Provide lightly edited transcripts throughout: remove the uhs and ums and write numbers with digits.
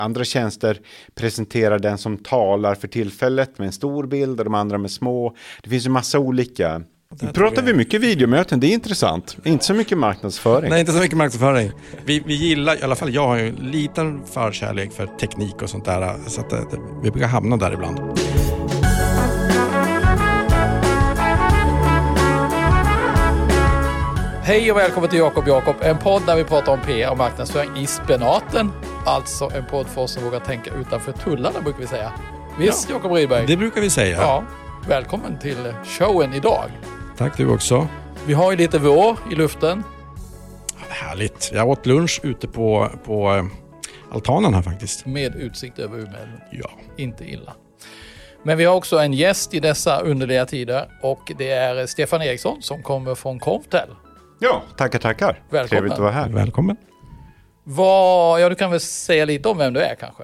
Andra tjänster presenterar den som talar för tillfället med en stor bild och de andra med små. Det finns ju massa olika. Nu pratar vi mycket videomöten, det är intressant. Inte så mycket marknadsföring. Nej, inte så mycket marknadsföring. Vi gillar, i alla fall jag har ju en liten förkärlek för teknik och sånt där. Så att vi brukar hamna där ibland. Hej och välkommen till Jakob, en podd där vi pratar om PR och marknadsföring i spenaten. Alltså en podd för oss som vågar tänka utanför tullarna, brukar vi säga. Visst, ja, Jakob Rydberg? Det brukar vi säga. Ja, välkommen till showen idag. Tack du också. Vi har ju lite vår i luften. Ja, härligt. Jag åt lunch ute på altanen här faktiskt. Med utsikt över Umeälven. Ja. Inte illa. Men vi har också en gäst i dessa underliga tider. Och det är Stefan Eriksson som kommer från Conftel. Ja, tackar. Välkommen. Trevligt att vara här. Välkommen. Du kan väl säga lite om vem du är kanske?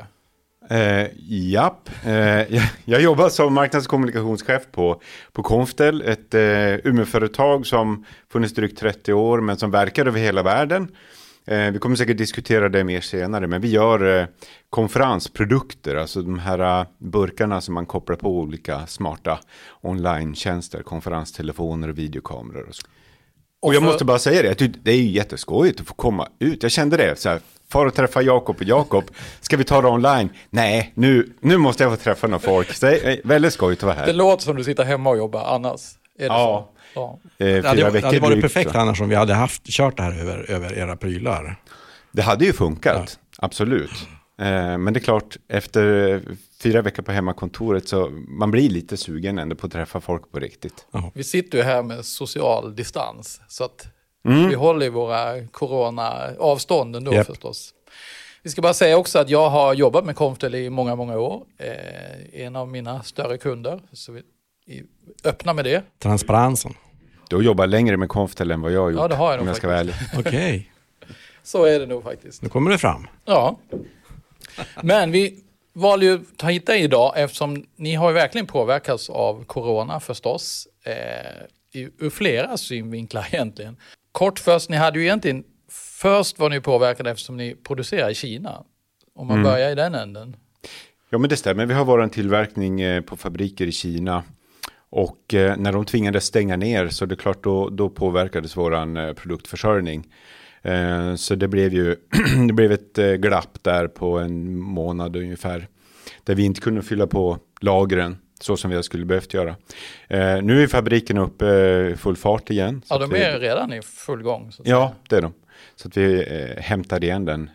Jag jobbar som marknadskommunikationschef på Conftel, ett Umeå-företag som funnits drygt 30 år men som verkar över hela världen. Vi kommer säkert diskutera det mer senare, men vi gör konferensprodukter, alltså de här burkarna som man kopplar på olika smarta online-tjänster, konferenstelefoner och videokameror och så. Och jag måste bara säga det är ju jätteskojigt att få komma ut. Jag kände det så här, för att träffa Jakob, ska vi ta det online? Nej, nu måste jag få träffa några folk. Det är väldigt skojigt att vara här. Det låter som du sitter hemma och jobbar annars. Är det så? Ja. Det hade varit perfekt annars om vi hade kört det här över era prylar. Det hade ju funkat, absolut. Men det är klart, efter 4 veckor på hemmakontoret så man blir lite sugen ändå på att träffa folk på riktigt. Vi sitter ju här med social distans så att vi håller i våra corona-avstånden då förstås. Vi ska bara säga också att jag har jobbat med Conftel i många, många år. En av mina större kunder, så vi öppnar med det. Transparensen. Du jobbar längre med Conftel än vad jag har gjort, ja, det har jag om jag ska vara ärlig. Okej. Så är det nog faktiskt. Nu kommer det fram. Ja. Men vi valde ju att ta hit dig idag eftersom ni har ju verkligen påverkats av corona förstås. Ur flera synvinklar egentligen. Kort först, ni hade ju egentligen först var ni påverkade eftersom ni producerar i Kina. Om man börjar i den änden. Ja, men det stämmer. Vi har vår tillverkning på fabriker i Kina. Och när de tvingades stänga ner så det är klart då påverkades våran produktförsörjning. Så det blev ett glapp där på en månad ungefär. Där vi inte kunde fylla på lagren så som vi skulle behövt göra. Nu är fabriken uppe full fart igen. Ja, de är redan i full gång. Så ja, det är de. Så att vi hämtar igen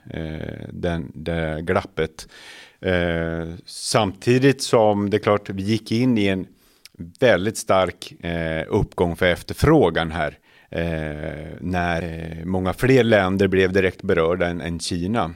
det glappet. Samtidigt som det är klart vi gick in i en väldigt stark uppgång för efterfrågan här. När många fler länder blev direkt berörda än Kina.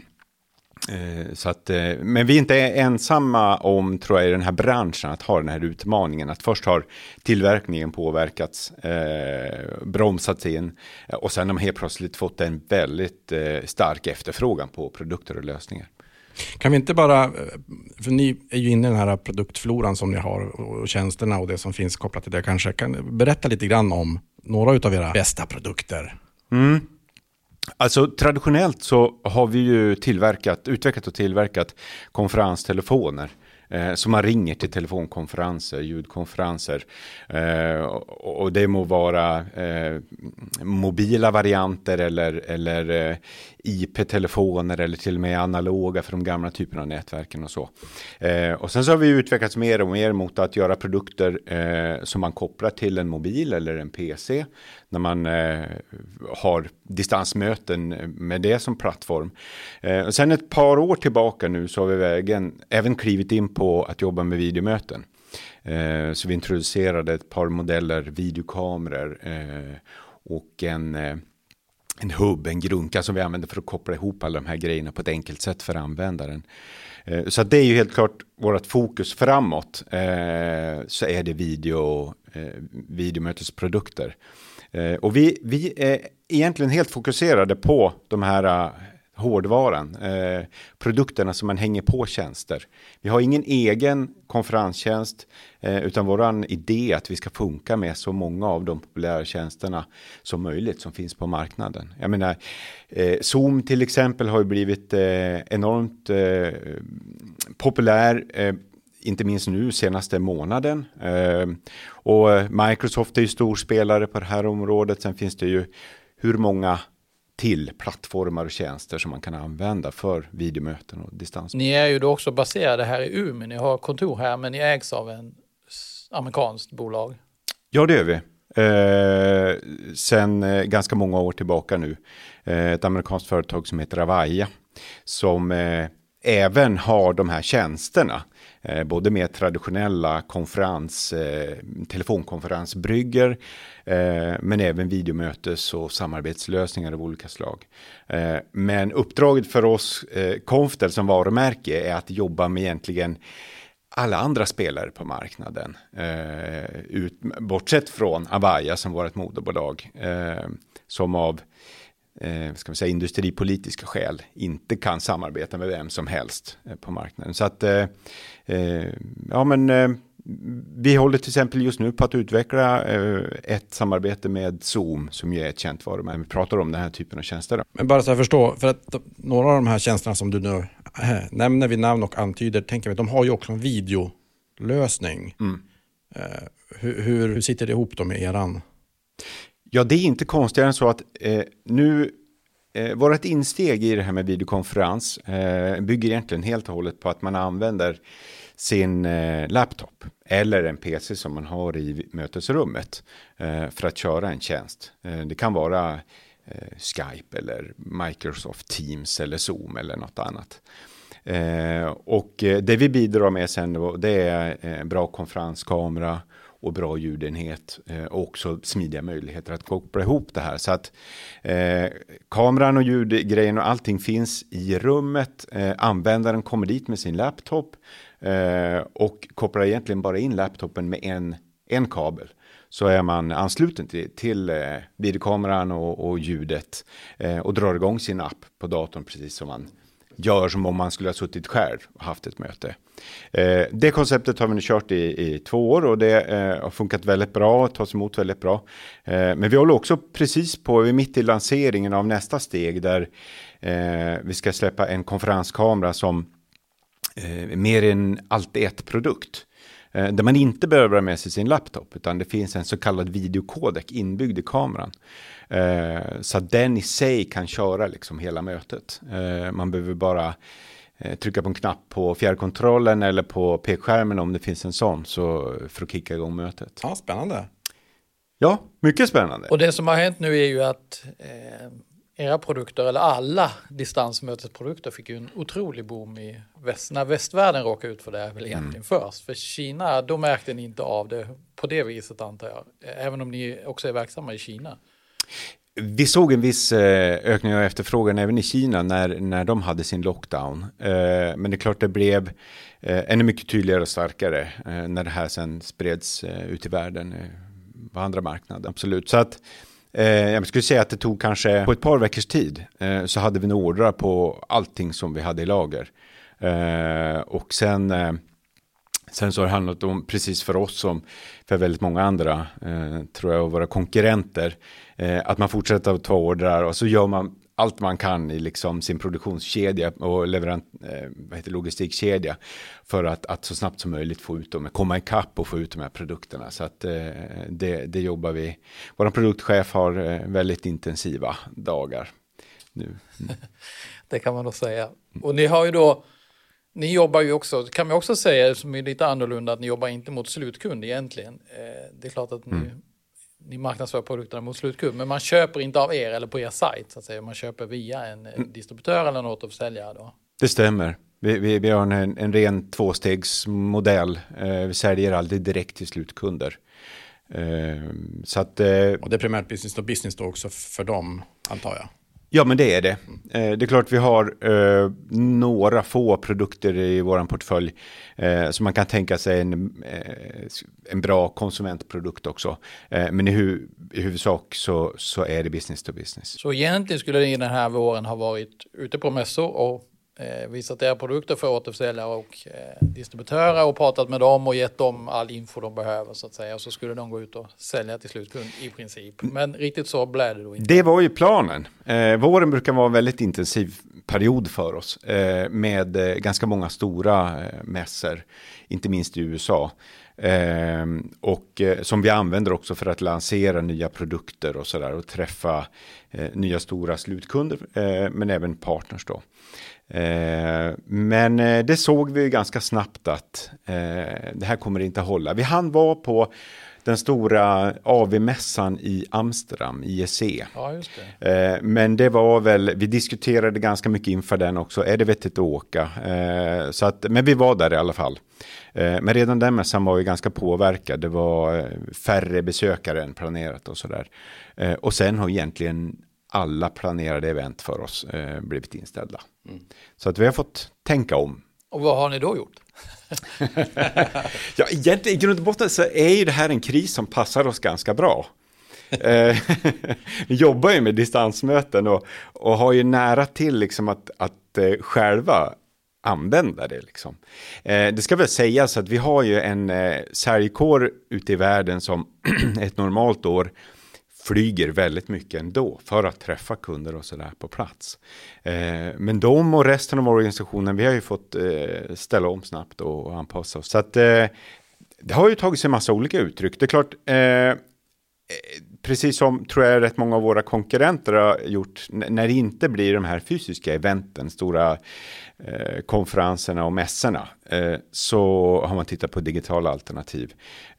Men vi är inte ensamma om, tror jag, i den här branschen att ha den här utmaningen. Att först har tillverkningen påverkats, bromsats in och sen har man helt plötsligt fått en väldigt stark efterfrågan på produkter och lösningar. Kan vi inte bara, för ni är ju inne i den här produktfloran som ni har och tjänsterna och det som finns kopplat till det kanske. Kan du berätta lite grann om några av era bästa produkter? Alltså traditionellt så har vi ju utvecklat och tillverkat konferenstelefoner. Så man ringer till telefonkonferenser, ljudkonferenser. Och det må vara mobila varianter eller IP-telefoner eller till och med analoga för de gamla typerna av nätverken och så. Och sen så har vi utvecklats mer och mer mot att göra produkter som man kopplar till en mobil eller en PC. När man har distansmöten med det som plattform. Och sen ett par år tillbaka nu så har vi även klivit in på att jobba med videomöten. Så vi introducerade ett par modeller videokameror och en hubb, en grunka som vi använder för att koppla ihop alla de här grejerna på ett enkelt sätt för användaren. Så det är ju helt klart vårt fokus framåt. Så är det videomötesprodukter. Och vi är egentligen helt fokuserade på de här hårdvaran, produkterna som man hänger på tjänster. Vi har ingen egen konferenstjänst, utan våran idé är att vi ska funka med så många av de populära tjänsterna som möjligt som finns på marknaden. Jag menar, Zoom till exempel har ju blivit enormt populär, inte minst nu senaste månaden. Och Microsoft är ju stor spelare på det här området. Sen finns det ju hur många till plattformar och tjänster som man kan använda för videomöten och distans. Ni är ju då också baserade här i Umeå. Ni har kontor här, men ni ägs av en amerikanskt bolag. Ja, det gör vi. Sen ganska många år tillbaka nu. Ett amerikanskt företag som heter Avaya som även har de här tjänsterna. Både med traditionella telefonkonferensbrygger men även videomötes- och samarbetslösningar av olika slag. Men uppdraget för oss Conftel som varumärke är att jobba med egentligen alla andra spelare på marknaden. Bortsett från Avaya som var ett moderbolag som av ska vi säga, industripolitiska skäl inte kan samarbeta med vem som helst på marknaden. Så att vi håller till exempel just nu på att utveckla ett samarbete med Zoom som ju är ett känt varumärke. Vi pratar om den här typen av tjänster. Men bara så jag förstår, för att några av de här tjänsterna som du nu nämner vid namn och antyder, tänker vi, de har ju också en videolösning. Hur sitter det ihop då med eran? Ja, det är inte konstigare än så att vårt insteg i det här med videokonferens bygger egentligen helt och hållet på att man använder sin laptop eller en PC som man har i mötesrummet för att köra en tjänst. Det kan vara Skype eller Microsoft Teams eller Zoom eller något annat. Och det vi bidrar med sen då, det är bra konferenskamera och bra ljudenhet och också smidiga möjligheter att koppla ihop det här. Så att kameran och ljudgrejen och allting finns i rummet. Användaren kommer dit med sin laptop och kopplar egentligen bara in laptopen med en kabel. Så är man ansluten till videokameran och ljudet och drar igång sin app på datorn precis som man gör som om man skulle ha suttit själv och haft ett möte. Det konceptet har vi nu kört i 2 år och det har funkat väldigt bra, tas emot väldigt bra. Men vi håller också precis vi är mitt i lanseringen av nästa steg där vi ska släppa en konferenskamera som mer än allt är ett produkt. Där man inte behöver ha med sig sin laptop utan det finns en så kallad videokodek inbyggd i kameran. Så att den i sig kan köra liksom hela mötet. Man behöver bara trycka på en knapp på fjärrkontrollen eller på pekskärmen om det finns en sån för att kicka igång mötet. Ja, spännande. Ja, mycket spännande. Och det som har hänt nu är ju att era produkter, eller alla distansmötesprodukter, fick ju en otrolig boom när västvärlden råkade ut för det väl egentligen först. För Kina, då märkte ni inte av det på det viset antar jag. Även om ni också är verksamma i Kina. Vi såg en viss ökning av efterfrågan även i Kina när de hade sin lockdown. Men det är klart det blev ännu mycket tydligare och starkare när det här sen spreds ut i världen på andra marknader. Absolut. Så att jag skulle säga att det tog kanske på ett par veckors tid så hade vi en order på allting som vi hade i lager. Och sen så har det handlat om, precis för oss som för väldigt många andra, tror jag, och våra konkurrenter, att man fortsätter att ta ordrar och så gör man allt man kan i liksom sin produktionskedja och logistikkedja för att så snabbt som möjligt få ut dem, komma ikapp och få ut de här produkterna. Så att det jobbar vi. Vår produktchef har väldigt intensiva dagar nu. Det kan man nog säga. Och ni har ju då, ni jobbar ju också, kan man också säga, som är lite annorlunda, att ni jobbar inte mot slutkund egentligen. Det är klart att ni marknadsför produkterna mot slutkund, men man köper inte av er eller på er sajt så att säga. Man köper via en distributör eller något försäljare då. Det stämmer. Vi har en ren 2-stegsmodell. Vi säljer aldrig direkt till slutkunder. Så att, och det är primärt business to business då också för dem, antar jag? Ja, men det är det. Det är klart vi har några få produkter i vår portfölj som man kan tänka sig en bra konsumentprodukt också. Men i huvudsak så är det business to business. Så egentligen skulle ni den här våren ha varit ute på mässor och visat era produkter för återförsäljare och distributörer och pratat med dem och gett dem all info de behöver så att säga. Och så skulle de gå ut och sälja till slutkund i princip. Men riktigt så blev det då inte. Det var ju planen. Våren brukar vara en väldigt intensiv period för oss med ganska många stora mässor, inte minst i USA. Och som vi använder också för att lansera nya produkter och sådär och träffa nya stora slutkunder men även partners då. Men det såg vi ganska snabbt att det här kommer inte hålla. Vi hann vara på den stora AV-mässan i Amsterdam, IEC. Ja, just det. Men det var väl, vi diskuterade ganska mycket inför den också. Är det vettigt att åka? Men vi var där i alla fall. Men redan den mässan var ju ganska påverkad. Det var färre besökare än planerat och sådär. Och sen har egentligen alla planerade event för oss blivit inställda. Så att vi har fått tänka om. Och vad har ni då gjort? Ja, egentligen i grund och botten så är ju det här en kris som passar oss ganska bra. Vi jobbar ju med distansmöten och har ju nära till liksom att själva använda det liksom. Det ska väl sägas att vi har ju en säljkår ute i världen som ett normalt år flyger väldigt mycket ändå för att träffa kunder och sådär på plats. Men de och resten av organisationen, vi har ju fått ställa om snabbt och anpassa oss. Så att det har ju tagit sig en massa olika uttryck. Det är klart, precis som tror jag rätt många av våra konkurrenter har gjort, när det inte blir de här fysiska eventen, stora konferenserna och mässorna, så har man tittat på digitala alternativ.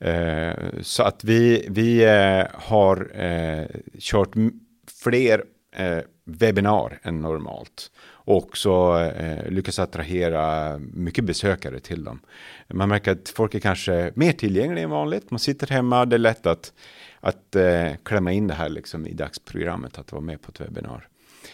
Så att vi har kört fler webbinar än normalt och också lyckas attrahera mycket besökare till dem. Man märker att folk är kanske mer tillgängliga än vanligt. Man sitter hemma, det är lätt att klämma in det här liksom i dagsprogrammet, att vara med på ett webbinar.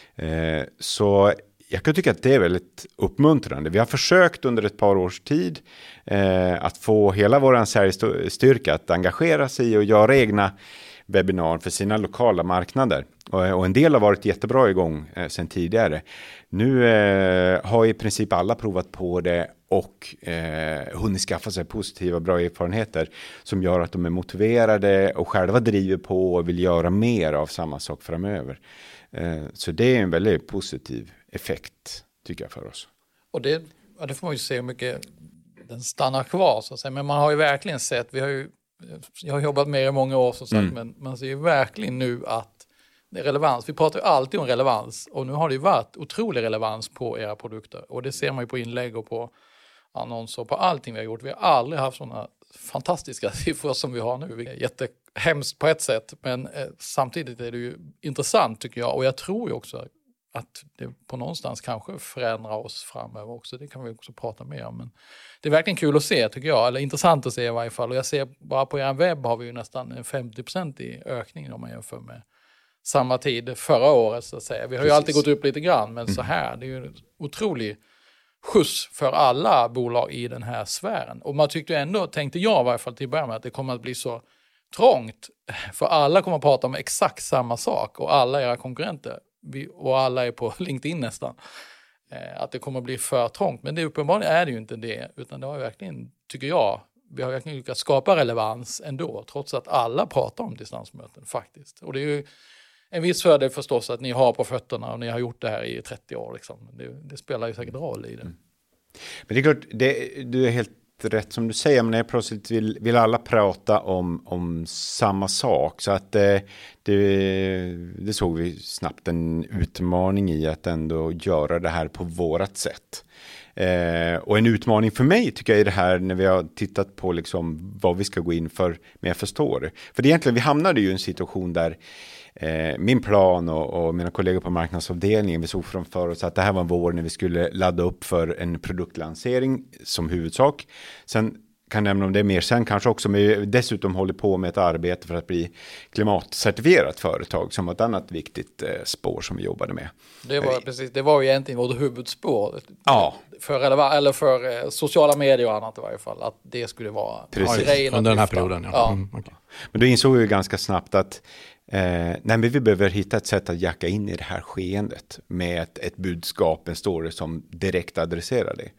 Så jag kan tycka att det är väldigt uppmuntrande. Vi har försökt under ett par års tid att få hela vår säljstyrka att engagera sig och göra egna webbinar för sina lokala marknader. Och en del har varit jättebra igång sedan tidigare. Nu har i princip alla provat på det och hunnit skaffa sig positiva bra erfarenheter som gör att de är motiverade och själva driver på och vill göra mer av samma sak framöver. Så det är en väldigt positiv effekt tycker jag för oss. Och det får man ju se hur mycket den stannar kvar så att säga. Men man har ju verkligen sett, jag har jobbat med i många år som sagt, men man ser ju verkligen nu att det är relevans. Vi pratar ju alltid om relevans och nu har det ju varit otrolig relevans på era produkter. Och det ser man ju på inlägg och på annonser och på allting vi har gjort. Vi har aldrig haft sådana fantastiska siffror som vi har nu. Det är jättehemskt på ett sätt, men samtidigt är det ju intressant tycker jag. Och jag tror ju också att det på någonstans kanske förändrar oss framöver också. Det kan vi också prata mer om. Men det är verkligen kul att se tycker jag. Eller intressant att se i varje fall. Och jag ser bara på er webb har vi ju nästan en 50% i ökning om man jämför med samma tid förra året så att säga. Vi har ju alltid gått upp lite grann, men så här, det är ju en otrolig skjuts för alla bolag i den här sfären. Och man tyckte ändå, tänkte jag i varje fall till början med, att det kommer att bli så trångt. För alla kommer att prata om exakt samma sak och alla era konkurrenter. Och alla är på LinkedIn nästan. Att det kommer att bli för trångt. Men det uppenbarligen är det ju inte det. Utan det har verkligen, tycker jag, vi har verkligen lyckats skapa relevans ändå. Trots att alla pratar om distansmöten faktiskt. Och det är ju en viss fördel förstås att ni har på fötterna och ni har gjort det här i 30 år. Liksom. Det spelar ju säkert roll i det. Men det är klart, du är helt rätt som du säger, men plötsligt vill alla prata om samma sak. Så att det såg vi snabbt en utmaning i att ändå göra det här på vårat sätt. Och en utmaning för mig tycker jag är det här när vi har tittat på liksom vad vi ska gå in för, men jag förstår det. För egentligen vi hamnade ju i en situation där min plan och mina kollegor på marknadsavdelningen, vi såg framför oss att det här var en vår när vi skulle ladda upp för en produktlansering som huvudsak. Sen kan nämna om det mer sen kanske också, men vi dessutom håller på med ett arbete för att bli klimatcertifierat företag som ett annat viktigt spår som vi jobbade med. Det var ju egentligen vårt huvudspår. Ja. För sociala medier och annat i varje fall, att det skulle vara grejen under den här perioden. Ja. Okay. Men då insåg vi ganska snabbt att men vi behöver hitta ett sätt att jacka in i det här skeendet med ett budskap, en story som direkt adresserar det.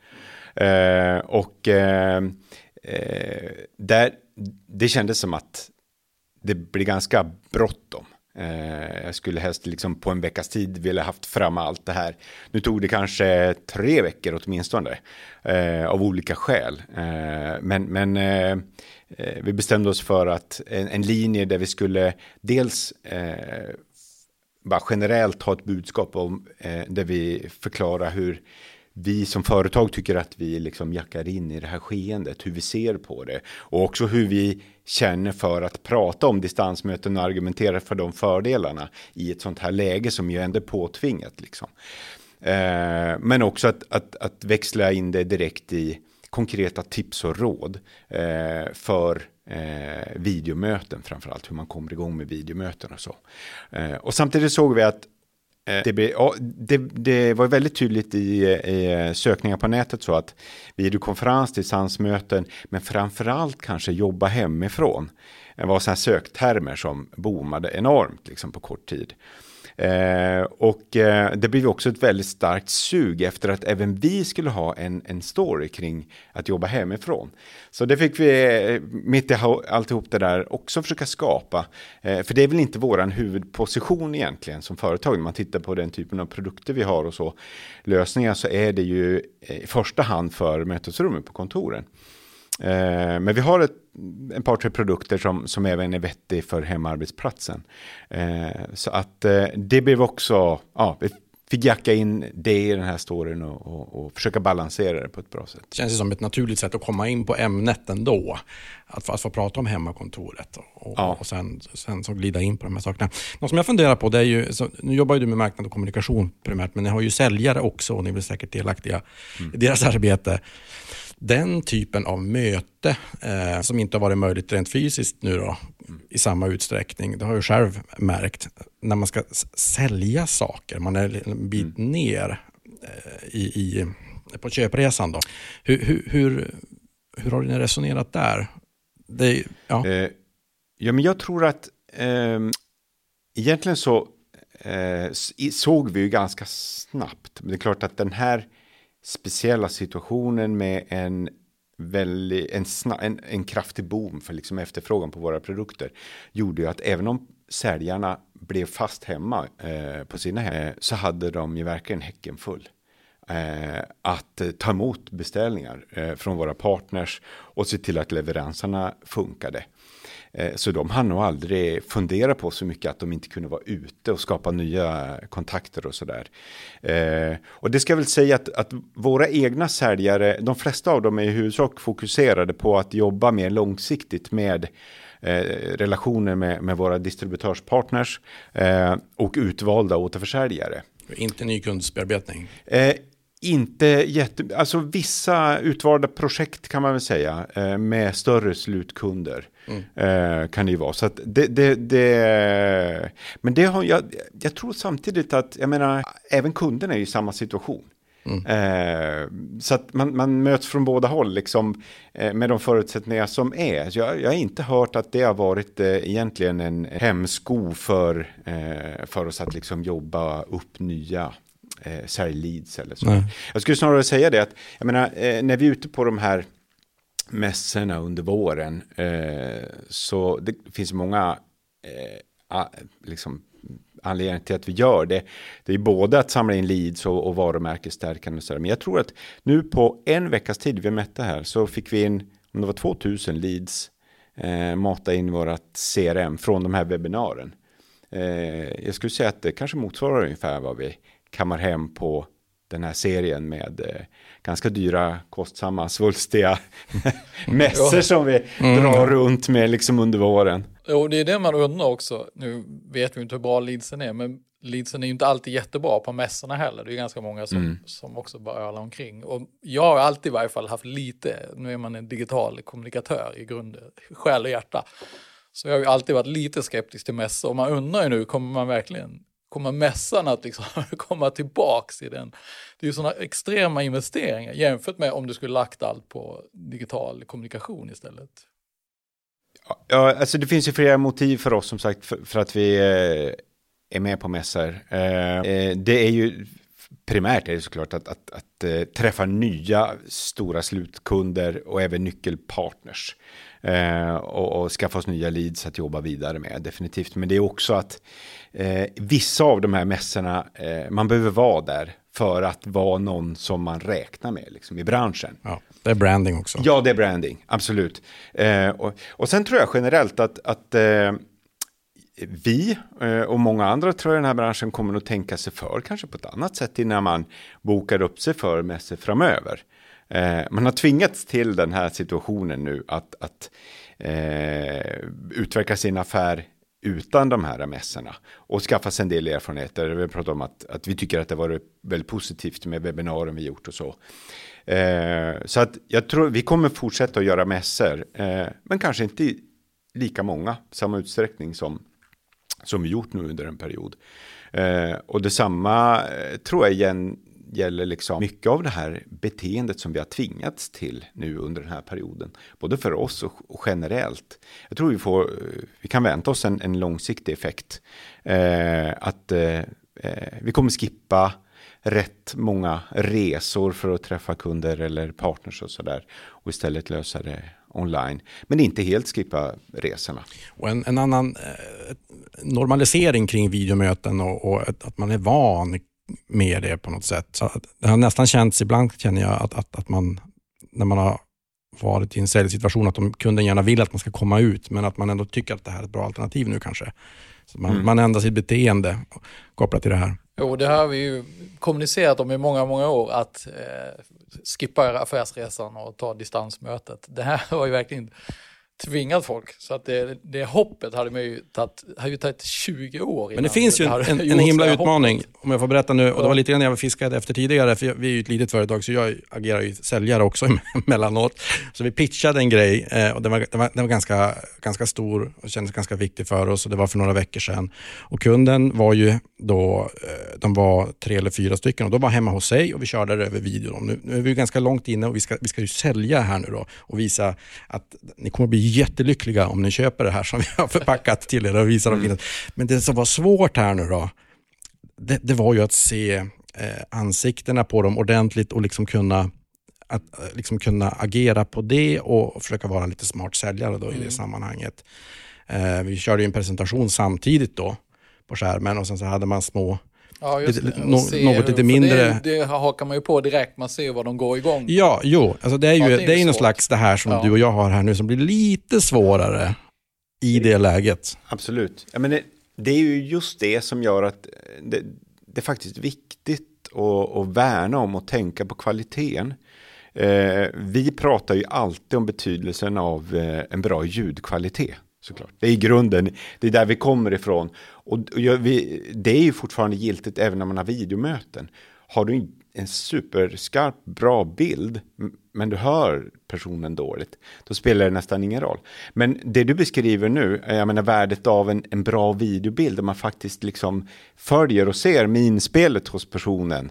Det kändes som att det blir ganska bråttom. Jag skulle helst liksom på en veckas tid vilja haft fram allt det här. Nu tog det kanske 3 veckor åtminstone av olika skäl. Men vi bestämde oss för att en linje där vi skulle dels bara generellt ha ett budskap om där vi förklarar hur vi som företag tycker att vi liksom jackar in i det här skeendet, hur vi ser på det och också hur vi känner för att prata om distansmöten och argumentera för de fördelarna i ett sånt här läge som ju ändå är påtvingat liksom. Men också att växla in det direkt i konkreta tips och råd för videomöten, framförallt hur man kommer igång med videomöten och så. Och samtidigt såg vi att det var väldigt tydligt i sökningar på nätet så att videokonferens, distansmöten, men framförallt kanske jobba hemifrån. Det var sådana söktermer som boomade enormt liksom på kort tid. Det blev också ett väldigt starkt sug efter att även vi skulle ha en story kring att jobba hemifrån. Så det fick vi mitt i alltihop det där också försöka skapa. För det är väl inte våran huvudposition egentligen som företag. När man tittar på den typen av produkter vi har och så lösningar så är det ju i första hand för mötesrummen på kontoren. Men vi har en par 3 produkter som även är vettig för hemarbetsplatsen. Så att det blev också, vi fick jacka in det i den här storyn och försöka balansera det på ett bra sätt. Det känns som ett naturligt sätt att komma in på ämnet ändå. Att få prata om hemmakontoret och sen så glida in på de här sakerna. Något som jag funderar på det är ju, nu jobbar ju du med marknad och kommunikation primärt, men ni har ju säljare också och ni blir säkert delaktiga i deras arbete. Den typen av möte som inte har varit möjligt rent fysiskt nu då i samma utsträckning, det har jag själv märkt när man ska sälja saker, man är en bit ner på köpresan då. Hur har ni resonerat där? Men jag tror att egentligen så såg vi ju ganska snabbt, men det är klart att den här speciella situationen med en kraftig boom för liksom efterfrågan på våra produkter gjorde ju att även om säljarna blev fast hemma på sina hem så hade de ju verkligen häcken full att ta emot beställningar från våra partners och se till att leveranserna funkade. Så de hann nog aldrig fundera på så mycket att de inte kunde vara ute och skapa nya kontakter och sådär. Och det ska jag väl säga att våra egna säljare, de flesta av dem är i huvudsak fokuserade på att jobba mer långsiktigt med relationer med våra distributörspartners och utvalda återförsäljare. Inte ny kundsbearbetning? Alltså vissa utvalda projekt kan man väl säga med större slutkunder kan det ju vara. Så att men det har jag tror samtidigt att jag menar även kunderna är i samma situation. Så att man möts från båda håll liksom, med de förutsättningar som är. Så jag har inte hört att det har varit egentligen en hämsko för oss att liksom jobba upp nya säljleads eller så. Jag skulle snarare säga det att jag menar, när vi är ute på de här mässorna under våren så det finns många liksom anledningar till att vi gör det. Det är både att samla in leads och varumärkesstärkande och så där. Men jag tror att nu på en veckas tid vi mätte här så fick vi in, om det var 2000 leads mata in vårat CRM från de här webbinaren. Jag skulle säga att det kanske motsvarar ungefär vad vi kammar hem på den här serien med ganska dyra, kostsamma, svulstiga mässor som vi drar runt med liksom under våren. Och det är det man undrar också. Nu vet vi inte hur bra leadsen är, men leadsen är ju inte alltid jättebra på mässorna heller. Det är ganska många som också bara ölar omkring. Och jag har alltid i varje fall haft lite, nu är man en digital kommunikatör i grund, själ och hjärta. Så jag har ju alltid varit lite skeptisk till mässor. Och man undrar ju nu, kommer mässan att liksom komma tillbaks i den? Det är ju sådana extrema investeringar jämfört med om du skulle lagt allt på digital kommunikation istället. Ja, alltså det finns ju flera motiv för oss som sagt för att vi är med på mässor. Det är ju primärt är det såklart att träffa nya stora slutkunder och även nyckelpartners och skaffa oss nya leads att jobba vidare med, definitivt. Men det är också att vissa av de här mässorna, man behöver vara där för att vara någon som man räknar med liksom, i branschen. Ja, det är branding också. Ja, det är branding, absolut. Och sen tror jag generellt att vi och många andra tror jag i den här branschen kommer att tänka sig för kanske på ett annat sätt innan man bokar upp sig för mässor framöver. Man har tvingats till den här situationen nu att utveckla sin affär utan de här mässorna och skaffa sig en del erfarenheter. Vi pratar om att vi tycker att det var väldigt positivt med webbinarium vi gjort och så. Så att jag tror vi kommer fortsätta att göra mässor, men kanske inte i lika många, samma utsträckning som vi gjort nu under en period. Och detsamma tror jag gäller liksom mycket av det här beteendet som vi har tvingats till nu under den här perioden. Både för oss och generellt. Jag tror vi kan vänta oss en långsiktig effekt. Att vi kommer skippa rätt många resor för att träffa kunder eller partners och sådär. Och istället lösa det online. Men inte helt skippa resorna. Och en annan normalisering kring videomöten och att man är van med det på något sätt. Så det har nästan känts, ibland känner jag att man, när man har varit i en säljsituation, att kunden gärna vill att man ska komma ut, men att man ändå tycker att det här är ett bra alternativ nu kanske. Så man ändrar sitt beteende kopplat till det här. Jo, det här har vi ju kommunicerat om i många, många år, att skippa affärsresan och ta distansmötet. Det här har ju verkligen tvingat folk. Så att det hoppet hade ju tagit 20 år. Men det finns ju en himla utmaning, om jag får berätta nu. Och det var lite grann jag fiskade efter tidigare, för vi är ju ett litet företag, så jag agerar ju säljare också emellanåt. Så vi pitchade en grej och den var ganska stor och kändes ganska viktig för oss. Och det var för några veckor sedan. Och kunden var ju då, de var 3 eller 4 stycken, och de var hemma hos sig och vi körde det över video. Nu är vi ganska långt inne och vi ska ju sälja här nu då och visa att ni kommer bli jättelyckliga om ni köper det här som vi har förpackat till er och visar dem. Men det som var svårt här nu då, det var ju att se ansiktena på dem ordentligt och liksom kunna agera på det och försöka vara lite smart säljare då i det sammanhanget. Vi körde ju en presentation samtidigt då på skärmen, och sen så hade man små något lite mindre. Det hakar man ju på direkt, man ser vad de går igång. Ja, alltså det är ju någon slags det här som du och jag har här nu som blir lite svårare i det läget. Absolut. Ja, men det är ju just det som gör att det är faktiskt viktigt att värna om och tänka på kvaliteten. Vi pratar ju alltid om betydelsen av en bra ljudkvalitet. Såklart. Det är i grunden, det är där vi kommer ifrån. Och det är ju fortfarande giltigt även när man har videomöten. Har du en superskarp, bra bild, men du hör personen dåligt, då spelar det nästan ingen roll. Men det du beskriver nu, jag menar värdet av en bra videobild, där man faktiskt liksom följer och ser minspelet hos personen,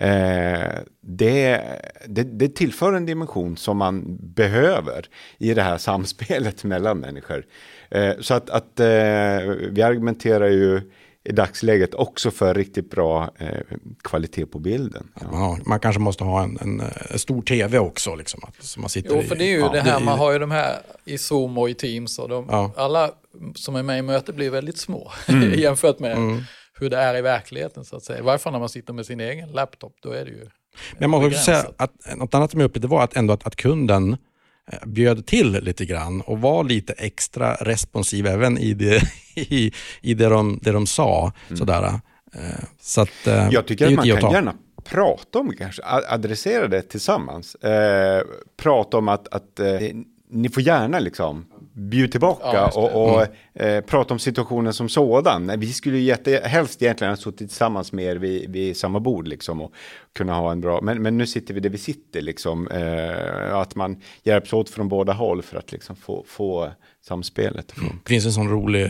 det tillför en dimension som man behöver i det här samspelet mellan människor. Så att vi argumenterar ju i dagsläget också för riktigt bra kvalitet på bilden. Ja, man kanske måste ha en stor tv också. Liksom, så man sitter för det är ju det här, man har ju de här i Zoom och i Teams. Och alla som är med i mötet blir väldigt små jämfört med hur det är i verkligheten. Så att säga. I varje fall när man sitter med sin egen laptop, då är det ju men man måste säga att något annat som jag upplevde var att kunden bjöd till lite grann och var lite extra responsiv även i det de sa. Sådär. Så att, jag tycker att man kan gärna prata om, kanske adressera det tillsammans. Prata om att ni får gärna liksom bjuda tillbaka och prata om situationen som sådan. Vi skulle ju helst egentligen ha suttit tillsammans med er vid samma bord liksom, och kunna ha en bra... Men nu sitter vi där vi sitter liksom, att man hjälps åt från båda håll för att liksom få samspelet. Det finns en sån rolig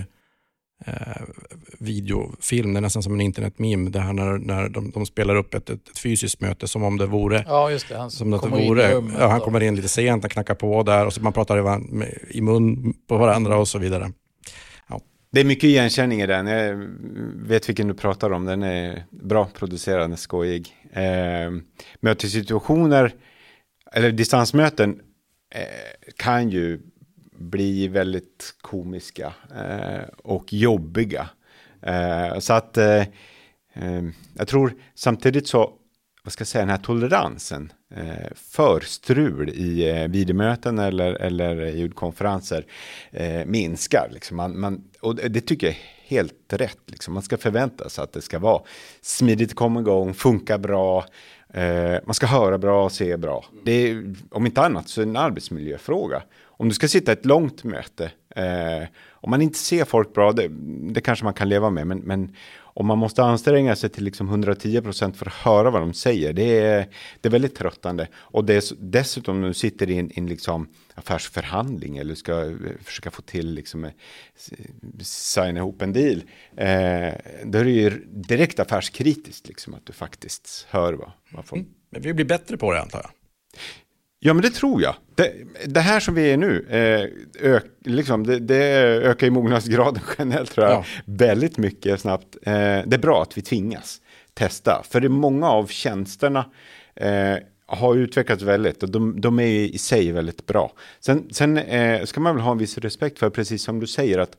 videofilm, det är nästan som en internetmeme, det här när de spelar upp ett fysiskt möte som om det vore just det, han kommer in lite sent, han knackar på där och så man pratar i mun på varandra och så vidare. Det är mycket igenkänning i den. Jag vet vilken du pratar om. Den är bra producerad, den är skojig. Mötessituationer eller distansmöten kan ju bli väldigt komiska och jobbiga. Så att jag tror samtidigt så, vad ska jag säga, den här toleransen för strul i videomöten eller ljudkonferenser minskar. Liksom. Och det tycker jag är helt rätt. Liksom. Man ska förvänta sig att det ska vara smidigt, komma igång, funka bra. Man ska höra bra och se bra. Det är, om inte annat, så är det en arbetsmiljöfråga. Om du ska sitta ett långt möte, om man inte ser folk bra, det kanske man kan leva med, men om man måste anstränga sig till liksom 110% för att höra vad de säger, det är väldigt tröttande. Och dessutom när du sitter i en liksom affärsförhandling eller ska försöka få till liksom, signa ihop en deal, då är det ju direkt affärskritiskt liksom, att du faktiskt hör vad folk... Men vi blir bättre på det, antar jag. Ja, men det tror jag. Det här som vi är nu, det ökar i mognadsgraden generellt, tror jag, väldigt mycket snabbt. Det är bra att vi tvingas testa. För det är många av tjänsterna har utvecklats väldigt, och de är i sig väldigt bra. Sen ska man väl ha en viss respekt för, precis som du säger, att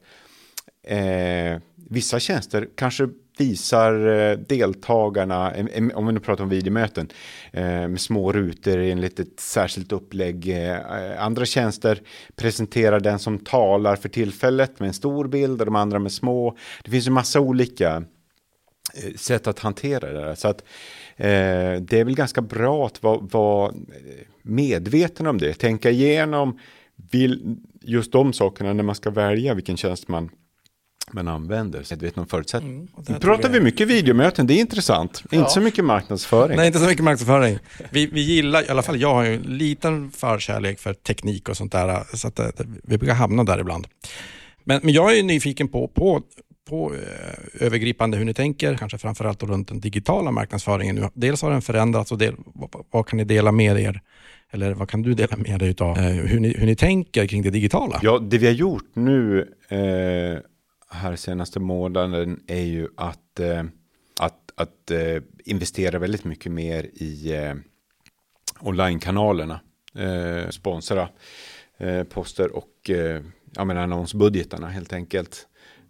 vissa tjänster kanske visar deltagarna, om vi nu pratar om videomöten, med små rutor enligt ett särskilt upplägg. Andra tjänster presenterar den som talar för tillfället med en stor bild och de andra med små. Det finns en massa olika sätt att hantera det där. Så att det är väl ganska bra att vara medveten om det. Tänka igenom just de sakerna när man ska välja vilken tjänst man använder. Så jag vet någon förutsättning. Nu pratar vi mycket videomöten, det är intressant. Inte så mycket marknadsföring. Nej, inte så mycket marknadsföring. Vi gillar, i alla fall jag har ju en liten förkärlek för teknik och sånt där. Så att vi brukar hamna där ibland. Men jag är nyfiken på övergripande hur ni tänker, kanske framförallt runt den digitala marknadsföringen nu. Dels har den förändrats och vad kan ni dela med er? Eller vad kan du dela med dig av hur ni tänker kring det digitala? Ja, det vi har gjort nu här senaste månaden är ju att investera väldigt mycket mer i online-kanalerna. Sponsra poster och annonsbudgetarna helt enkelt.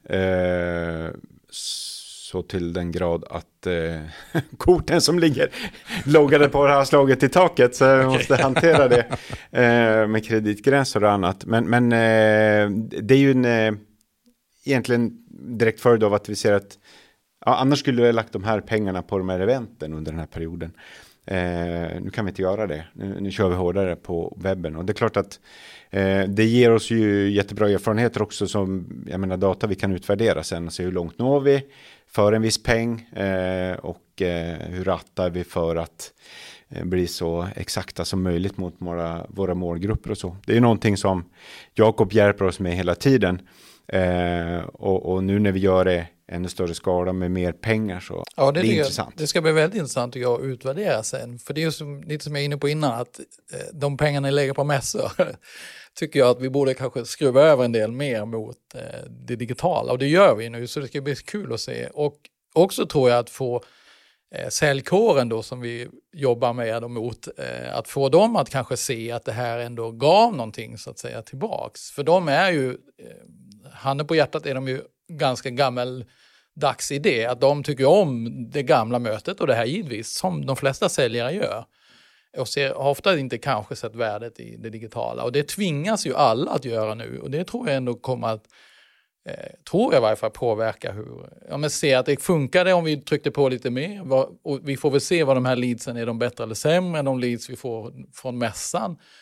Så till den grad att korten som ligger loggade på det här slaget i taket, så jag måste hantera det med kreditgränser och annat. Men det är ju egentligen direkt följd av att vi ser att annars skulle vi ha lagt de här pengarna på de här eventen under den här perioden. Nu kan vi inte göra det. Nu kör vi hårdare på webben. Och det är klart att det ger oss ju jättebra erfarenheter också, som data vi kan utvärdera sen och se hur långt når vi för en viss peng och hur rattar vi för att bli så exakta som möjligt mot våra målgrupper och så. Det är någonting som Jakob hjälper oss med hela tiden. Och nu när vi gör det ännu större skala med mer pengar, så det är intressant. Det ska bli väldigt intressant att utvärdera sen. För det är ju lite som jag är inne på innan, att de pengarna ni lägger på mässor tycker jag att vi borde kanske skruva över en del mer mot det digitala. Och det gör vi nu, så det ska bli kul att se. Och också tror jag att få säljkåren då, som vi jobbar med och mot, att få dem att kanske se att det här ändå gav någonting så att säga tillbaks. För de är ju, handen på hjärtat är de ju ganska gammaldags idé, att de tycker om det gamla mötet och det här givetvis, som de flesta säljare gör. Och har ofta inte kanske sett värdet i det digitala. Och det tvingas ju alla att göra nu. Och det tror jag ändå kommer att, tror jag i varje fall, påverka hur, se att det funkade om vi tryckte på lite mer. Och vi får väl se vad de här leadsen är, de bättre eller sämre än de leads vi får från mässan.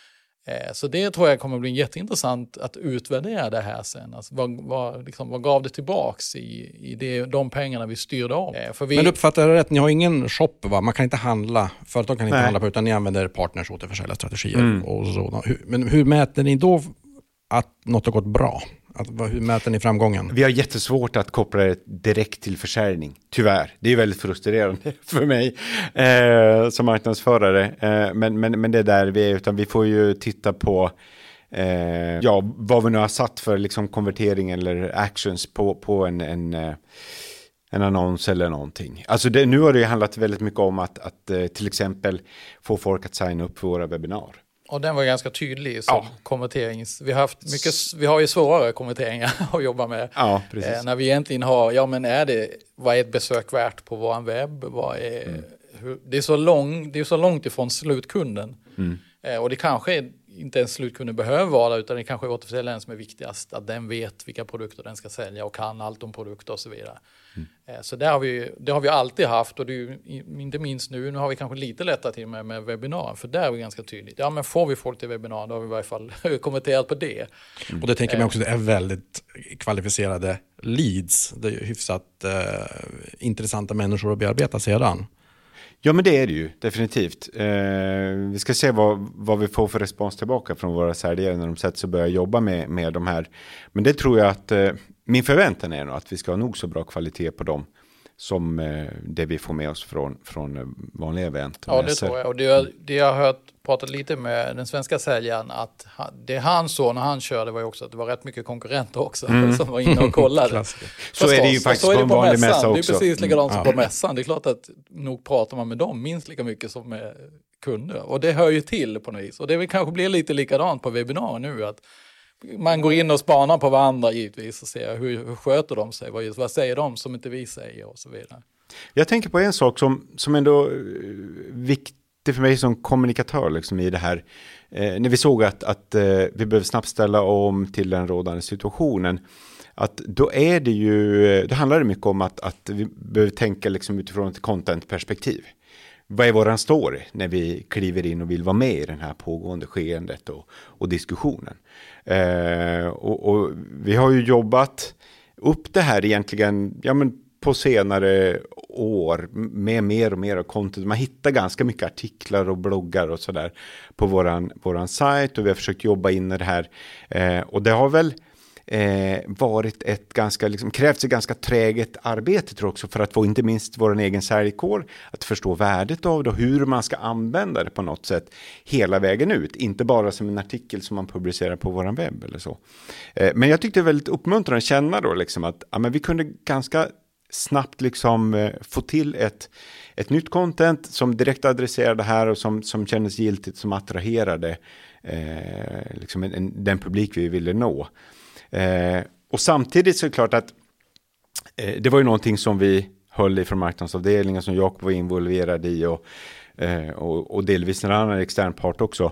Så det tror jag kommer att bli jätteintressant att utvärdera det här sen. Alltså vad gav det tillbaks i de pengarna vi styrde om? Men uppfattar jag rätt, ni har ingen shop, va? Man kan inte handla, företag kan inte handla på, utan ni använder partners återförsäljarstrategier och så. Men hur mäter ni då att något har gått bra? Hur mäter ni framgången? Vi har jättesvårt att koppla det direkt till försäljning, tyvärr. Det är väldigt frustrerande för mig som marknadsförare. Men det är där vi är, utan vi får ju titta på vad vi nu har satt för liksom konvertering eller actions på en annons eller någonting. Alltså nu har det ju handlat väldigt mycket om att till exempel få folk att signa upp för våra webbinar. Och den var ganska tydlig som konverterings... Vi har ju svårare konverteringar att jobba med. Ja, precis. När vi egentligen har, vad är ett besök värt på våran webb? Det är så långt ifrån slutkunden. Och det kanske inte en slutkunden behöver vara, utan det kanske är återförsäljaren som är viktigast. Att den vet vilka produkter den ska sälja och kan allt om produkter och så vidare. Så det har vi alltid haft, och det är inte minst nu har vi kanske lite lättare till med webbinaren, för där är vi ganska tydligt. Ja, men får vi folk till webbinaren, då har vi i varje fall kommenterat på det. Och det tänker man också, det är väldigt kvalificerade leads. Det är ju hyfsat intressanta människor att bearbeta sedan. Ja, men det är det ju, definitivt. Vi ska se vad vi får för respons tillbaka från våra säljare när de sätter sig och börjar jobba med de här. Men det tror jag att min förväntan är nog att vi ska ha nog så bra kvalitet på dem som det vi får med oss från vanliga event. Ja, det tror jag. Och det jag har pratat lite med den svenska säljaren, att det han såg när han körde var ju också att det var rätt mycket konkurrenter också som var inne och kollade. Så är det ju faktiskt på en vanlig mässa också. Det är precis likadant som på mässan. Det är klart att nog pratar man med dem minst lika mycket som med kunder. Och det hör ju till på något vis. Och det kanske blir lite likadant på webbinar nu, att man går in och spanar på varandra givetvis och ser hur sköter de sig, vad säger de som inte vi säger och så vidare. Jag tänker på en sak som ändå är viktig för mig som kommunikatör liksom, i det här. När vi såg att vi behöver snabbt ställa om till den rådande situationen, att då handlar det mycket om att vi behöver tänka liksom utifrån ett content-perspektiv. Vad är våran story när vi kliver in och vill vara med i den här pågående skeendet och diskussionen? Och vi har ju jobbat upp det här egentligen på senare år med mer och mer av content. Man hittar ganska mycket artiklar och bloggar och sådär på våran sajt, och vi har försökt jobba in i det här. Och det har väl varit ett krävts ett ganska träget arbete, tror jag också, för att få inte minst vår egen säljkår att förstå värdet av det och hur man ska använda det på något sätt hela vägen ut, inte bara som en artikel som man publicerar på våran webb eller så. Men jag tyckte det var väldigt uppmuntrande att känna då liksom att men vi kunde ganska snabbt liksom få till ett nytt content som direkt adresserade det här och som kändes giltigt, som attraherade liksom den publik vi ville nå. Och samtidigt så är det klart att det var ju någonting som vi höll ifrån marknadsavdelningen, som Jakob var involverad i och delvis en annan extern part också.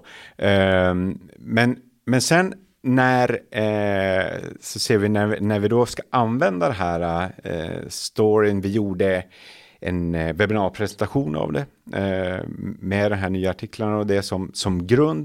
Men sen så ser vi när vi då ska använda det här storyn, vi gjorde en webbinarpresentation av det med de här nya artiklarna och det som grund.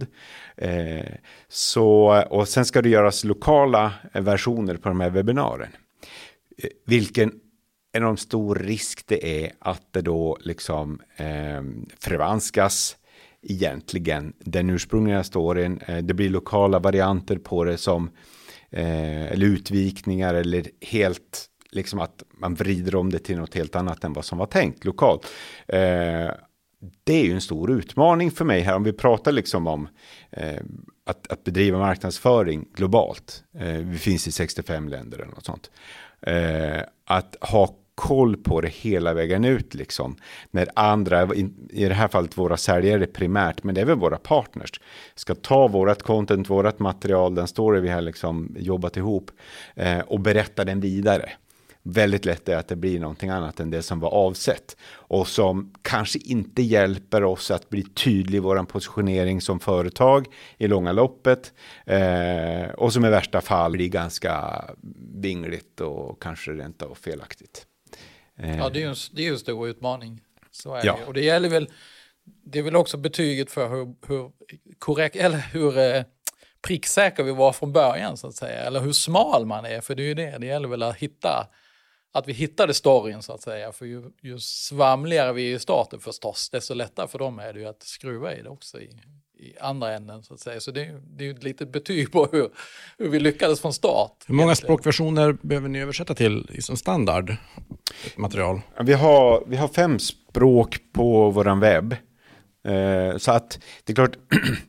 Och sen ska det göras lokala versioner på de här webbinaren. Vilken enormt stor risk det är att det då liksom förvanskas egentligen den ursprungliga storyn. Det blir lokala varianter på det som eller utvikningar eller helt liksom att man vrider om det till något helt annat än vad som var tänkt lokalt. Det är ju en stor utmaning för mig här om vi pratar liksom om att bedriva marknadsföring globalt. Vi finns i 65 länder eller något sånt. Att ha koll på det hela vägen ut liksom. När andra, i det här fallet våra säljare primärt, men det är väl våra partners, ska ta vårat content, vårat material, den story vi har liksom jobbat ihop och berätta den vidare. Väldigt lätt är att det blir någonting annat än det som var avsett och som kanske inte hjälper oss att bli tydlig i vår positionering som företag i långa loppet och som i värsta fall blir ganska vingligt och kanske rent av felaktigt. Ja, det är ju en stor utmaning. Så är ja. det. Och det gäller väl, det är väl också betyget för hur korrekt, eller hur pricksäker vi var från början så att säga. Eller hur smal man är, för det är ju det. Det gäller väl att vi hittade storyn så att säga. För ju svamligare vi är i starten förstås, desto lättare för dem är det ju att skruva i det också i andra änden så att säga. Så det är ju ett litet betyg på hur vi lyckades från start. Hur många språkversioner behöver ni översätta till som standard material? Vi har 5 språk på våran webb. Så att det är klart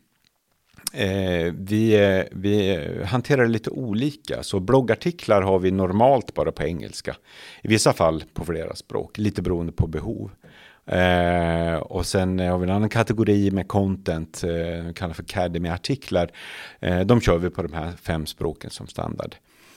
vi hanterar det lite olika. Så bloggartiklar har vi normalt bara på engelska. I vissa fall på flera språk, lite beroende på behov. Och sen har vi en annan kategori med content, kallar för Academy-artiklar. De kör vi på de här 5 språken som standard.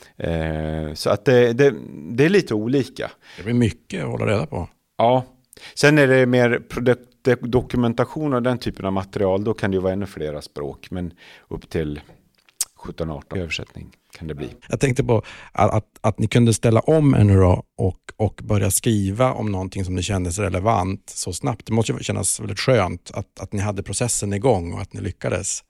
Så att det är lite olika. Det blir mycket att hålla reda på. Ja, sen är det mer produktdokumentation och den typen av material. Då kan det ju vara ännu flera språk, men upp till 17-18 översättning kan det bli. Jag tänkte på att ni kunde ställa om en då och börja skriva om någonting som ni kändes relevant så snabbt. Det måste ju kännas väldigt skönt att ni hade processen igång och att ni lyckades.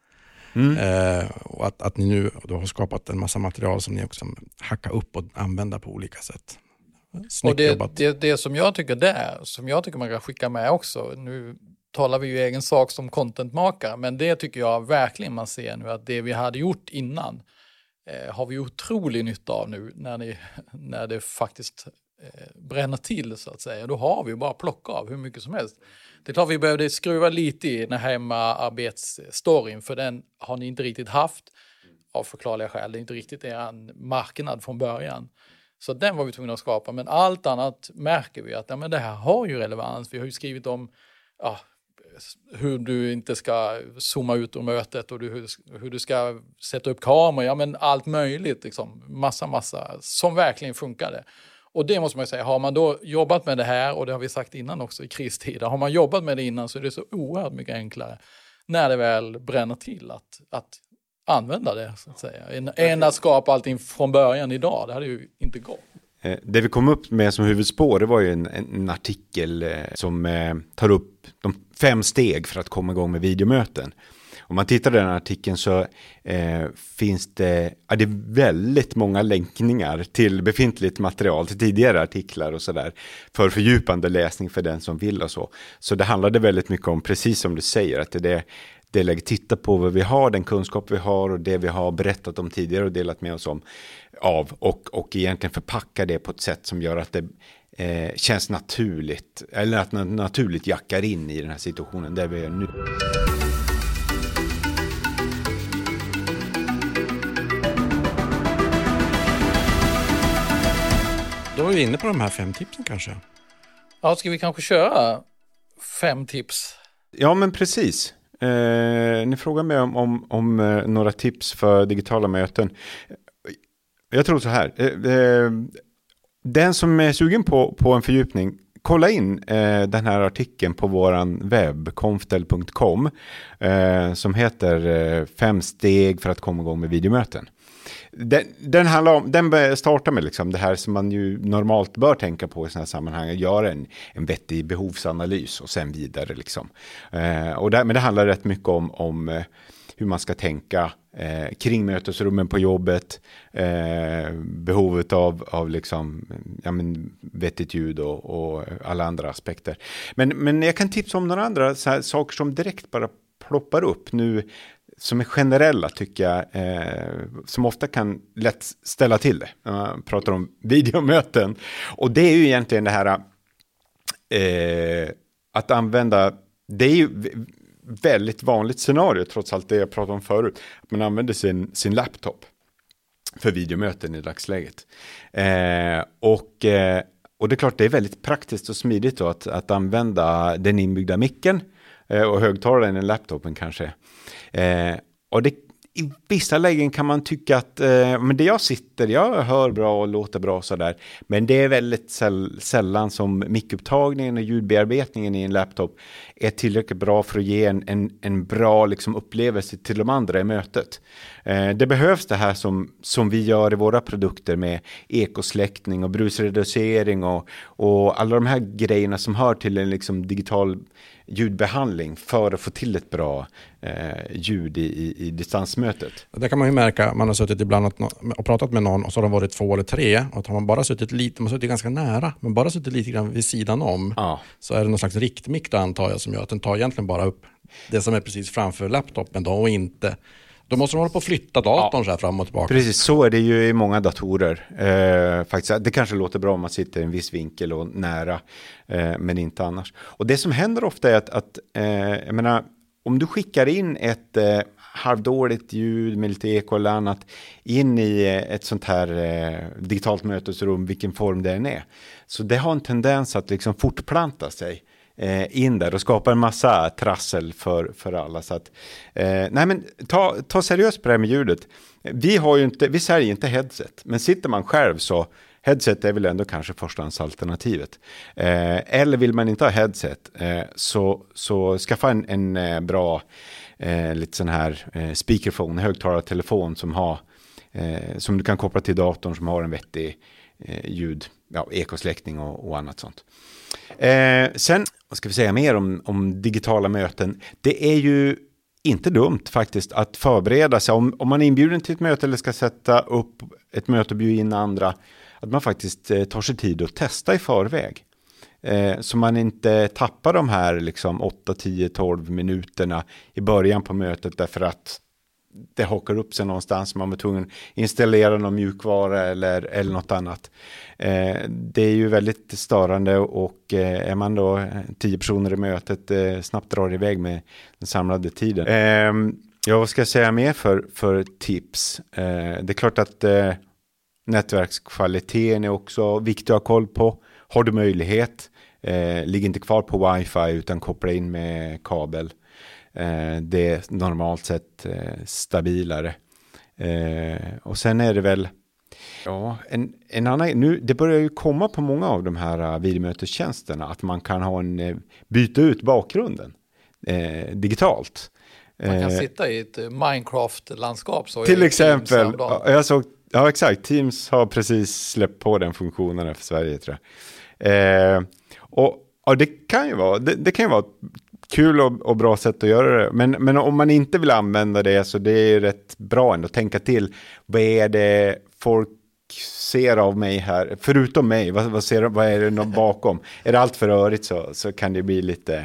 Och att ni nu då har skapat en massa material som ni också hackar upp och använder på olika sätt. Snyggt jobbat. Det som jag tycker man kan skicka med också, nu talar vi ju egen sak som contentmakare, men det tycker jag verkligen man ser nu att det vi hade gjort innan har vi otrolig nytta av nu när det faktiskt bränner till så att säga. Då har vi bara plocka av hur mycket som helst. Det är klart vi behövde skruva lite i den här hemmaarbetsstoryn, för den har ni inte riktigt haft av förklarliga skäl. Det är inte riktigt er marknad från början. Så den var vi tvungna att skapa. Men allt annat märker vi att men det här har ju relevans. Vi har ju skrivit om hur du inte ska zooma ut ur mötet och hur du ska sätta upp kameror. Ja, men allt möjligt. Liksom. Massa som verkligen funkade. Och det måste man säga, har man då jobbat med det här, och det har vi sagt innan också i kristider, har man jobbat med det innan så är det så oerhört mycket enklare när det väl bränner till att använda det så att säga. Än att skapa allting från början idag, det hade ju inte gått. Det vi kom upp med som huvudspår, det var ju en artikel som tar upp de 5 steg för att komma igång med videomöten. Om man tittar på den artikeln så finns det är väldigt många länkningar till befintligt material, till tidigare artiklar och sådär, för fördjupande läsning för den som vill och så. Så det handlade väldigt mycket om, precis som du säger, att det lägger titta på vad vi har, den kunskap vi har och det vi har berättat om tidigare och delat med oss om och egentligen förpacka det på ett sätt som gör att det känns naturligt, eller att man naturligt jackar in i den här situationen där vi är nu. Då är vi inne på de här 5 tipsen kanske. Ja, ska vi kanske köra 5 tips? Ja, men precis. Ni frågar mig om några tips för digitala möten. Jag tror så här. Den som är sugen på en fördjupning, kolla in den här artikeln på våran webb, conftel.com, som heter 5 steg för att komma igång med videomöten. Den handlar om, den startar med liksom det här som man ju normalt bör tänka på i sådana här sammanhang, göra en vettig behovsanalys och sen vidare liksom. Men det handlar rätt mycket om hur man ska tänka kring mötesrummen på jobbet, behovet av liksom, vettigt ljud och alla andra aspekter. Men jag kan tipsa om några andra så här saker som direkt bara ploppar upp nu, som är generella tycker jag, som ofta kan lätt ställa till det. Man pratar om videomöten. Och det är ju egentligen det här att använda, det är ju väldigt vanligt scenario trots allt det jag pratade om förut. Att man använder sin laptop för videomöten i dagsläget. Och det är klart det är väldigt praktiskt och smidigt då att använda den inbyggda micken och högtalaren i laptopen kanske. Och det i vissa lägen kan man tycka att men det jag hör bra och låter bra sådär. Men det är väldigt sällan som mickupptagningen och ljudbearbetningen i en laptop är tillräckligt bra för att ge en bra liksom, upplevelse till de andra i mötet. Det behövs det här som vi gör i våra produkter med ekosläckning och brusreducering och alla de här grejerna som hör till en liksom, digital ljudbehandling för att få till ett bra ljud i distansmötet. Det kan man ju märka, man har suttit ibland och pratat med någon och så har de varit 2 eller 3 och har man bara suttit lite, man har suttit ganska nära, men bara suttit lite grann vid sidan om så är det någon slags riktmick då antar jag som gör att den tar egentligen bara upp det som är precis framför laptopen då och inte. Då måste de hålla på att flytta datorn så här fram och tillbaka. Precis, så är det ju i många datorer. Faktiskt, det kanske låter bra om man sitter i en viss vinkel och nära, men inte annars. Och det som händer ofta är att jag menar, om du skickar in ett halvdåligt ljud med lite eko eller annat in i ett sånt här digitalt mötesrum, vilken form det än är. Så det har en tendens att liksom fortplanta sig in där och skapa en massa trassel för alla. Så att, nej men ta seriöst på det här med ljudet. Vi säljer inte headset, men sitter man själv så headset är väl ändå kanske förstahandsalternativet. Eller vill man inte ha headset så skaffa en bra lite sån här speakerphone, högtalartelefon som du kan koppla till datorn som har en vettig ljud, ekosläckning och annat sånt. Sen, vad ska vi säga mer om digitala möten? Det är ju inte dumt faktiskt att förbereda sig. Om man är inbjuden till ett möte eller ska sätta upp ett möte och bjuda in andra, att man faktiskt tar sig tid att testa i förväg. Så man inte tappar de här liksom 8, 10, 12 minuterna i början på mötet därför att det hakar upp sig någonstans. Man var tvungen att installera någon mjukvara eller något annat. Det är ju väldigt störande och är man då 10 personer i mötet snabbt drar iväg med den samlade tiden. Jag ska säga mer för tips. Det är klart att nätverkskvaliteten är också viktig att ha koll på. Har du möjlighet, ligg inte kvar på wifi utan koppla in med kabel. Det är normalt sett stabilare. Och sen är det väl en annan, nu det börjar ju komma på många av de här videomötestjänsterna att man kan ha byta ut bakgrunden digitalt. Man kan sitta i ett Minecraft-landskap så till exempel. Ja, exakt. Teams har precis släppt på den funktionen här för Sverige tror jag. Och det kan ju vara kul och bra sätt att göra det. Men om man inte vill använda det så det är rätt bra ändå att tänka till. Vad är det folk ser av mig här? Förutom mig, vad är det bakom? Är det allt för rörigt så kan det bli lite...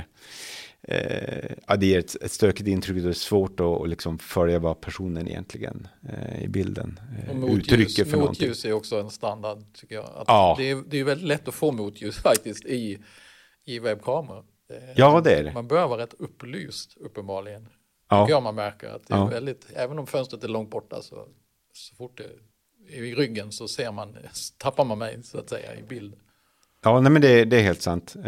det är ett stökigt intryck. Det är svårt att liksom följa vad personen egentligen i bilden uttrycker för någonting. Motljus är också en standard tycker jag. Det är väldigt lätt att få motljus faktiskt i webbkameror. Ja, det är det. Man bör vara rätt upplyst uppenbarligen. Tycker jag man märker att det är väldigt, även om fönstret är långt borta så fort det är i ryggen så tappar man mig så att säga i bild. Ja, nej men det är helt sant.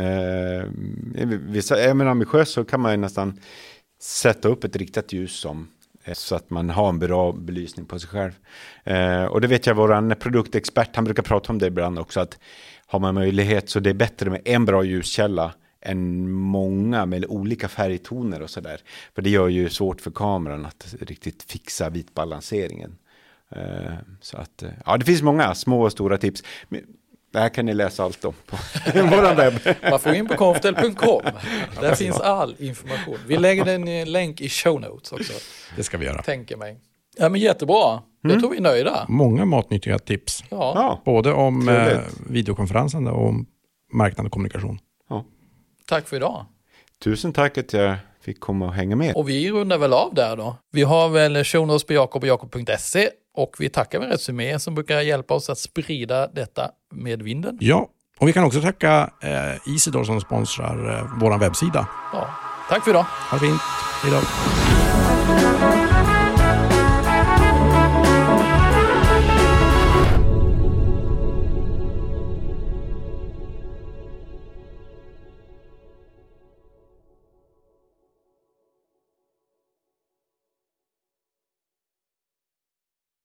Är man ambitiös så kan man ju nästan sätta upp ett riktat ljus så att man har en bra belysning på sig själv. Och det vet jag, våran produktexpert, han brukar prata om det ibland också, att har man möjlighet så det är bättre med en bra ljuskälla än många med olika färgtoner och sådär. För det gör ju svårt för kameran att riktigt fixa vitbalanseringen. Så att, det finns många små och stora tips. Det här kan ni läsa allt om på vår webb. Man får in på conftel.com. Där finns all information. Vi lägger en länk i show notes också. Det ska vi göra. Tänker mig. Ja, men jättebra. Jag tror vi är nöjda. Många matnyttiga tips. Ja. Både om videokonferensen och om marknad och kommunikation. Ja. Tack för idag. Tusen tack att jag fick komma och hänga med. Och vi rundar väl av där då. Vi har väl show notes på jakob.se och vi tackar med Resumé som brukar hjälpa oss att sprida detta med vinden. Ja, och vi kan också tacka Isidor som sponsrar vår webbsida. Ja, tack för idag. Ha det fint. Hej då.